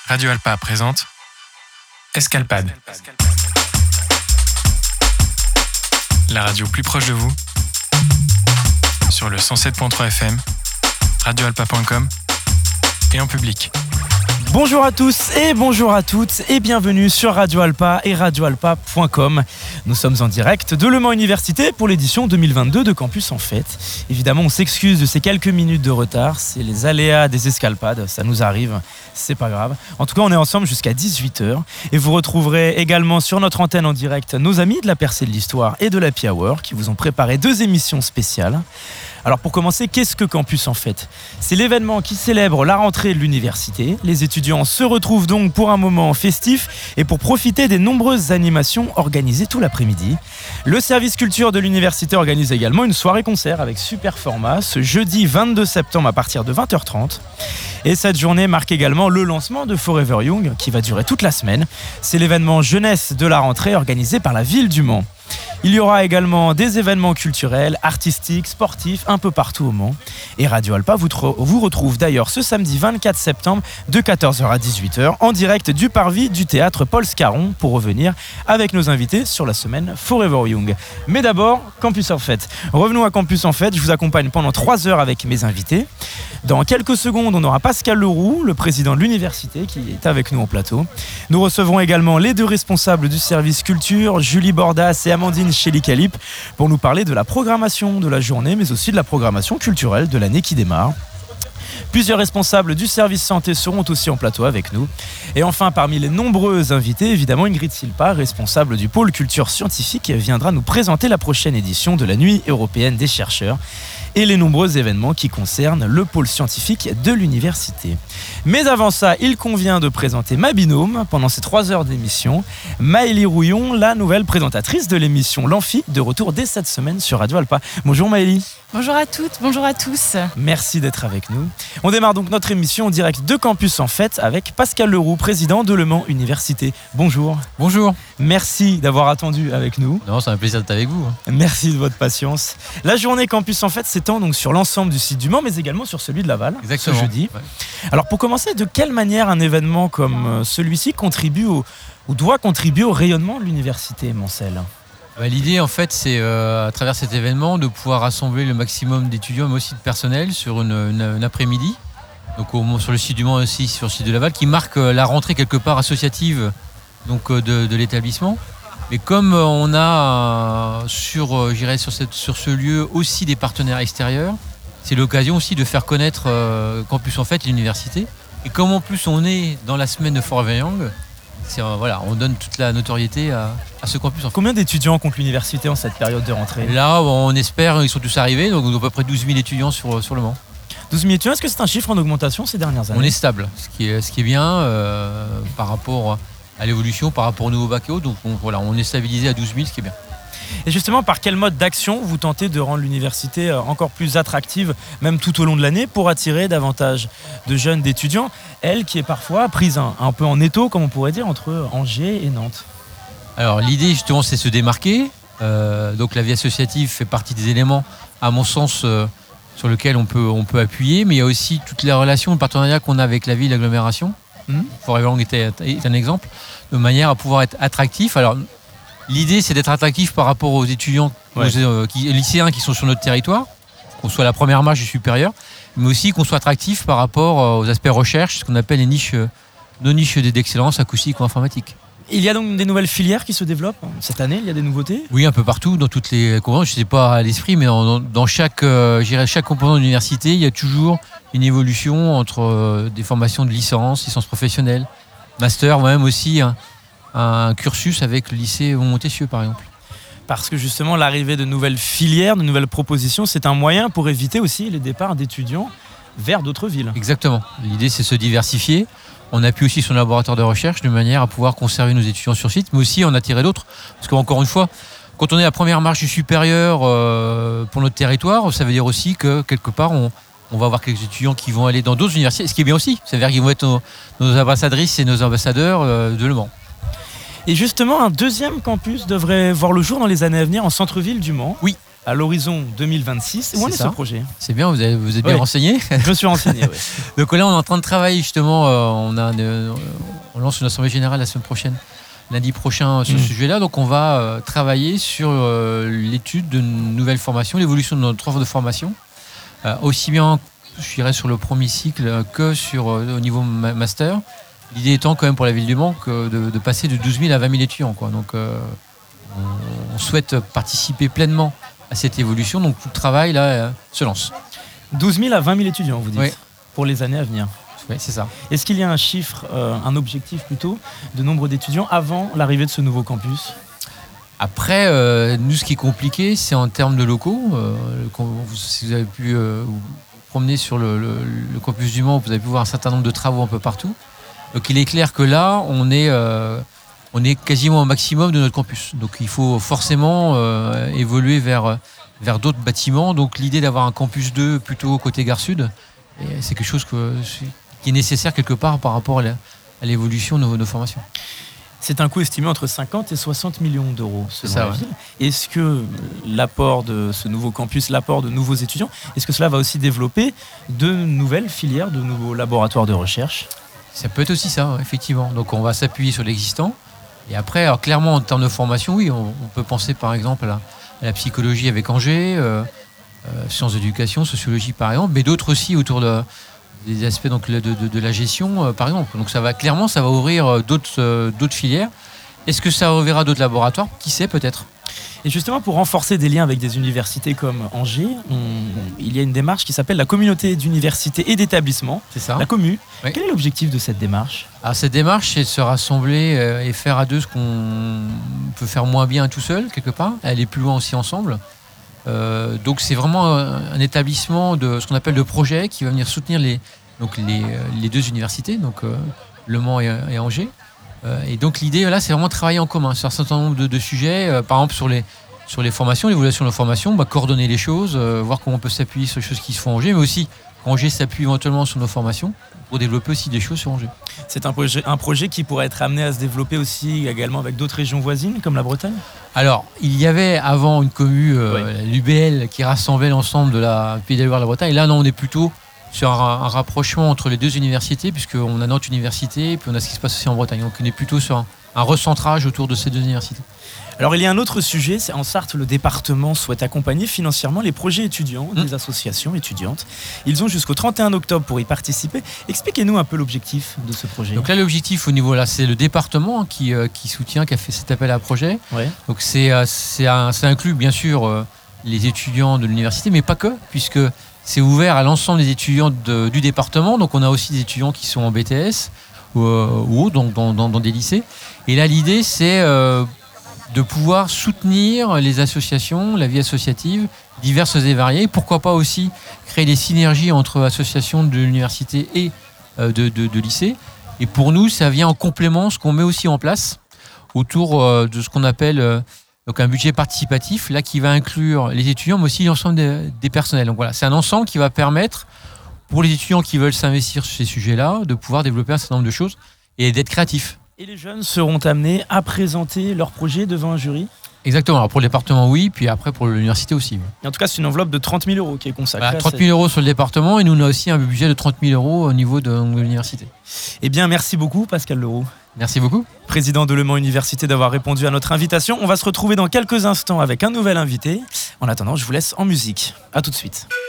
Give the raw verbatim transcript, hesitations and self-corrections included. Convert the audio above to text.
Radio Alpa présente Escalpade. La radio plus proche de vous, sur le cent sept virgule trois F M, radio alpa point com et en public. Bonjour à tous et bonjour à toutes et bienvenue sur Radio Alpa et radio alpa point com. Nous sommes en direct de Le Mans Université pour l'édition deux mille vingt-deux de Campus en Fête. Évidemment, on s'excuse de ces quelques minutes de retard, c'est les aléas des escalpades, ça nous arrive, c'est pas grave. En tout cas, on est ensemble jusqu'à dix-huit heures et vous retrouverez également sur notre antenne en direct nos amis de la Percée de l'Histoire et de l'Happy Hour qui vous ont préparé deux émissions spéciales. Alors pour commencer, qu'est-ce que Campus en Fête ? C'est l'événement qui célèbre la rentrée de l'université. Les étudiants se retrouvent donc pour un moment festif et pour profiter des nombreuses animations organisées tout l'après-midi. Le service culture de l'université organise également une soirée-concert avec super format ce jeudi vingt-deux septembre à partir de vingt heures trente. Et cette journée marque également le lancement de Forever Young qui va durer toute la semaine. C'est l'événement jeunesse de la rentrée organisé par la ville du Mans. Il y aura également des événements culturels, artistiques, sportifs, un peu partout au Mans. Et Radio Alpa vous, tro- vous retrouve d'ailleurs ce samedi vingt-quatre septembre de quatorze heures à dix-huit heures en direct du parvis du théâtre Paul Scarron pour revenir avec nos invités sur la semaine Forever Young. Mais d'abord, Campus en Fête. Revenons à Campus en Fête, je vous accompagne pendant trois heures avec mes invités. Dans quelques secondes, on aura Pascal Leroux, le président de l'université, qui est avec nous en plateau. Nous recevrons également les deux responsables du service culture, Julie Bordas et Amandine Chélicalip, pour nous parler de la programmation de la journée, mais aussi de la programmation culturelle de l'année qui démarre. Plusieurs responsables du service santé seront aussi en plateau avec nous. Et enfin, parmi les nombreux invités, évidemment, Ingrid Silpa, responsable du pôle culture scientifique, viendra nous présenter la prochaine édition de la Nuit européenne des chercheurs et les nombreux événements qui concernent le pôle scientifique de l'université. Mais avant ça, il convient de présenter ma binôme pendant ces trois heures d'émission, Maëlie Rouillon, la nouvelle présentatrice de l'émission L'Amphi, de retour dès cette semaine sur Radio Alpa. Bonjour Maëlie. Bonjour à toutes, bonjour à tous. Merci d'être avec nous. On démarre donc notre émission en direct de Campus en Fête avec Pascal Leroux, président de Le Mans Université. Bonjour. Bonjour. Merci d'avoir attendu avec nous. Non, c'est un plaisir d'être avec vous. Merci de votre patience. La journée Campus en Fête s'étend donc sur l'ensemble du site du Mans, mais également sur celui de Laval, Exactement. ce jeudi. Ouais. Alors pour commencer, de quelle manière un événement comme celui-ci contribue au, ou doit contribuer au rayonnement de l'université Mancel ? Bah, l'idée, en fait, c'est euh, à travers cet événement de pouvoir rassembler le maximum d'étudiants, mais aussi de personnel sur une, une, une après-midi. Donc au, sur le site du Mans aussi, sur le site de Laval, qui marque euh, la rentrée quelque part associative donc, euh, de, de l'établissement. Mais comme euh, on a euh, sur, euh, j'irais sur, cette, sur ce lieu aussi des partenaires extérieurs, c'est l'occasion aussi de faire connaître euh, Campus en Fête, l'université. Et comme en plus on est dans la semaine de Forever Young, c'est, euh, voilà, on donne toute la notoriété à, à ce campus. En fait. Combien d'étudiants compte l'université en cette période de rentrée ? Là, on espère, ils sont tous arrivés, donc à peu près douze mille étudiants sur, sur le Mans. douze mille étudiants, est-ce que c'est un chiffre en augmentation ces dernières années ? On est stable, ce qui est, ce qui est bien euh, par rapport à l'évolution, par rapport au nouveau bac et autres. Donc on, voilà, on est stabilisé à douze mille, ce qui est bien. Et justement, par quel mode d'action vous tentez de rendre l'université encore plus attractive, même tout au long de l'année, pour attirer davantage de jeunes, d'étudiants, elle qui est parfois prise un, un peu en étau, comme on pourrait dire, entre Angers et Nantes ? Alors l'idée justement, c'est de se démarquer. Euh, donc la vie associative fait partie des éléments, à mon sens, euh, sur lesquels on peut, on peut appuyer, mais il y a aussi toutes les relations, le partenariat qu'on a avec la ville, l'agglomération. Mmh. Forever Young était, est un exemple, de manière à pouvoir être attractif. Alors, l'idée, c'est d'être attractif par rapport aux étudiants, ouais. aux euh, qui, lycéens qui sont sur notre territoire, qu'on soit à la première marche du supérieur, mais aussi qu'on soit attractif par rapport euh, aux aspects recherche, ce qu'on appelle les niches, euh, nos niches d'excellence acoustique ou informatique. Il y a donc des nouvelles filières qui se développent cette année, il y a des nouveautés ? Oui, un peu partout, dans toutes les composantes. Je ne sais pas à l'esprit, mais dans, dans chaque, euh, je dirais chaque composant de l'université, il y a toujours une évolution entre euh, des formations de licence, licence professionnelle, master, même aussi un, un cursus avec le lycée Montessieu, par exemple. Parce que justement, l'arrivée de nouvelles filières, de nouvelles propositions, c'est un moyen pour éviter aussi les départs d'étudiants vers d'autres villes. Exactement. L'idée, c'est de se diversifier. On appuie aussi sur le laboratoire de recherche de manière à pouvoir conserver nos étudiants sur site, mais aussi en attirer d'autres. Parce qu'encore une fois, quand on est à la première marche du supérieur euh, pour notre territoire, ça veut dire aussi que quelque part, on, on va avoir quelques étudiants qui vont aller dans d'autres universités, ce qui est bien aussi. Ça veut dire qu'ils vont être nos, nos ambassadrices et nos ambassadeurs euh, de Le Mans. Et justement, un deuxième campus devrait voir le jour dans les années à venir en centre-ville du Mans. Oui. à l'horizon deux mille vingt-six. Où en est, est ce projet ? C'est bien, vous, avez, vous êtes bien oui. renseigné. Je me suis renseigné, oui. Donc là, on est en train de travailler justement. Euh, on, a une, on lance une assemblée générale la semaine prochaine, lundi prochain, sur mmh. ce sujet-là. Donc on va euh, travailler sur euh, l'étude de nouvelles formations, l'évolution de notre offre de formation, euh, aussi bien, je dirais, sur le premier cycle que sur, euh, au niveau ma- master. L'idée étant quand même pour la ville du Mans de, de passer de douze mille à vingt mille étudiants, quoi. Donc euh, on, on souhaite participer pleinement à cette évolution. Donc tout le travail là euh, se lance. douze mille à vingt mille étudiants, vous dites, oui. pour les années à venir. Oui, c'est ça. Est-ce qu'il y a un chiffre, euh, un objectif plutôt, de nombre d'étudiants avant l'arrivée de ce nouveau campus ? Après, euh, nous, ce qui est compliqué, c'est en termes de locaux. Euh, si vous avez pu euh, vous promener sur le, le, le campus du Mans, vous avez pu voir un certain nombre de travaux un peu partout. Donc il est clair que là, on est, euh, on est quasiment au maximum de notre campus. Donc il faut forcément euh, évoluer vers, vers d'autres bâtiments. Donc l'idée d'avoir un campus deux plutôt côté Gare Sud, c'est quelque chose que, qui est nécessaire quelque part par rapport à, la, à l'évolution de nos, nos formations. C'est un coût estimé entre cinquante et soixante millions d'euros selon ça, la ouais. ville. Est-ce que l'apport de ce nouveau campus, l'apport de nouveaux étudiants, est-ce que cela va aussi développer de nouvelles filières, de nouveaux laboratoires de recherche ? Ça peut être aussi ça, effectivement. Donc on va s'appuyer sur l'existant. Et après, alors clairement, en termes de formation, oui, on, on peut penser par exemple à la, à la psychologie avec Angers, euh, euh, sciences d'éducation, sociologie par exemple, mais d'autres aussi autour de, des aspects donc, de, de, de la gestion, euh, par exemple. Donc ça va clairement, ça va ouvrir d'autres, euh, d'autres filières. Est-ce que ça ouvrira d'autres laboratoires ? Qui sait, peut-être. Et justement, pour renforcer des liens avec des universités comme Angers, on, il y a une démarche qui s'appelle la communauté d'universités et d'établissements, c'est ça. La Commu. Oui. Quel est l'objectif de cette démarche ? Alors, cette démarche, c'est de se rassembler euh, et faire à deux ce qu'on peut faire moins bien tout seul, quelque part, aller plus loin aussi ensemble. Euh, donc c'est vraiment un, un établissement de ce qu'on appelle de projet qui va venir soutenir les, donc les, les deux universités, donc euh, Le Mans et, et Angers. Euh, et donc l'idée là, c'est vraiment travailler en commun sur un certain nombre de, de sujets, euh, par exemple sur les, sur les formations, l'évaluation de la formation, bah, coordonner les choses, euh, voir comment on peut s'appuyer sur les choses qui se font à Angers, mais aussi Angers s'appuie éventuellement sur nos formations pour développer aussi des choses sur Angers. C'est un projet, un projet qui pourrait être amené à se développer aussi également avec d'autres régions voisines comme la Bretagne ? Alors, il y avait avant une commu, euh, oui. l'U B L, qui rassemblait l'ensemble de la Pays de la Loire et la Bretagne. Et là, non, on est plutôt sur un, un rapprochement entre les deux universités, puisqu'on a Nantes Université, puis on a ce qui se passe aussi en Bretagne. Donc on est plutôt sur un, un recentrage autour de ces deux universités. Alors il y a un autre sujet, c'est en Sarthe, le département souhaite accompagner financièrement les projets étudiants des mmh. associations étudiantes. Ils ont jusqu'au trente et un octobre pour y participer. Expliquez-nous un peu l'objectif de ce projet. Donc là, l'objectif au niveau là, c'est le département qui, euh, qui soutient, qui a fait cet appel à projet. Ouais. Donc c'est, euh, c'est un, ça inclut bien sûr euh, les étudiants de l'université, mais pas que, puisque c'est ouvert à l'ensemble des étudiants de, du département. Donc on a aussi des étudiants qui sont en B T S ou, euh, ou autres, donc dans, dans, dans des lycées. Et là, l'idée, c'est euh, de pouvoir soutenir les associations, la vie associative, diverses et variées. Pourquoi pas aussi créer des synergies entre associations de l'université et euh, de, de, de lycées. Et pour nous, ça vient en complément ce qu'on met aussi en place autour euh, de ce qu'on appelle euh, donc un budget participatif, là qui va inclure les étudiants, mais aussi l'ensemble des, des personnels. Donc voilà, c'est un ensemble qui va permettre pour les étudiants qui veulent s'investir sur ces sujets-là de pouvoir développer un certain nombre de choses et d'être créatifs. Et les jeunes seront amenés à présenter leur projet devant un jury ? Exactement. Alors pour le département, oui, puis après pour l'université aussi. Et en tout cas, c'est une enveloppe de trente mille euros qui est consacrée. Voilà, à trente mille cette... euros sur le département et nous on a aussi un budget de trente mille euros au niveau de, de l'université. Eh bien, merci beaucoup Pascal Leroux. Merci beaucoup. Président de Le Mans Université, d'avoir répondu à notre invitation. On va se retrouver dans quelques instants avec un nouvel invité. En attendant, je vous laisse en musique. À tout de suite.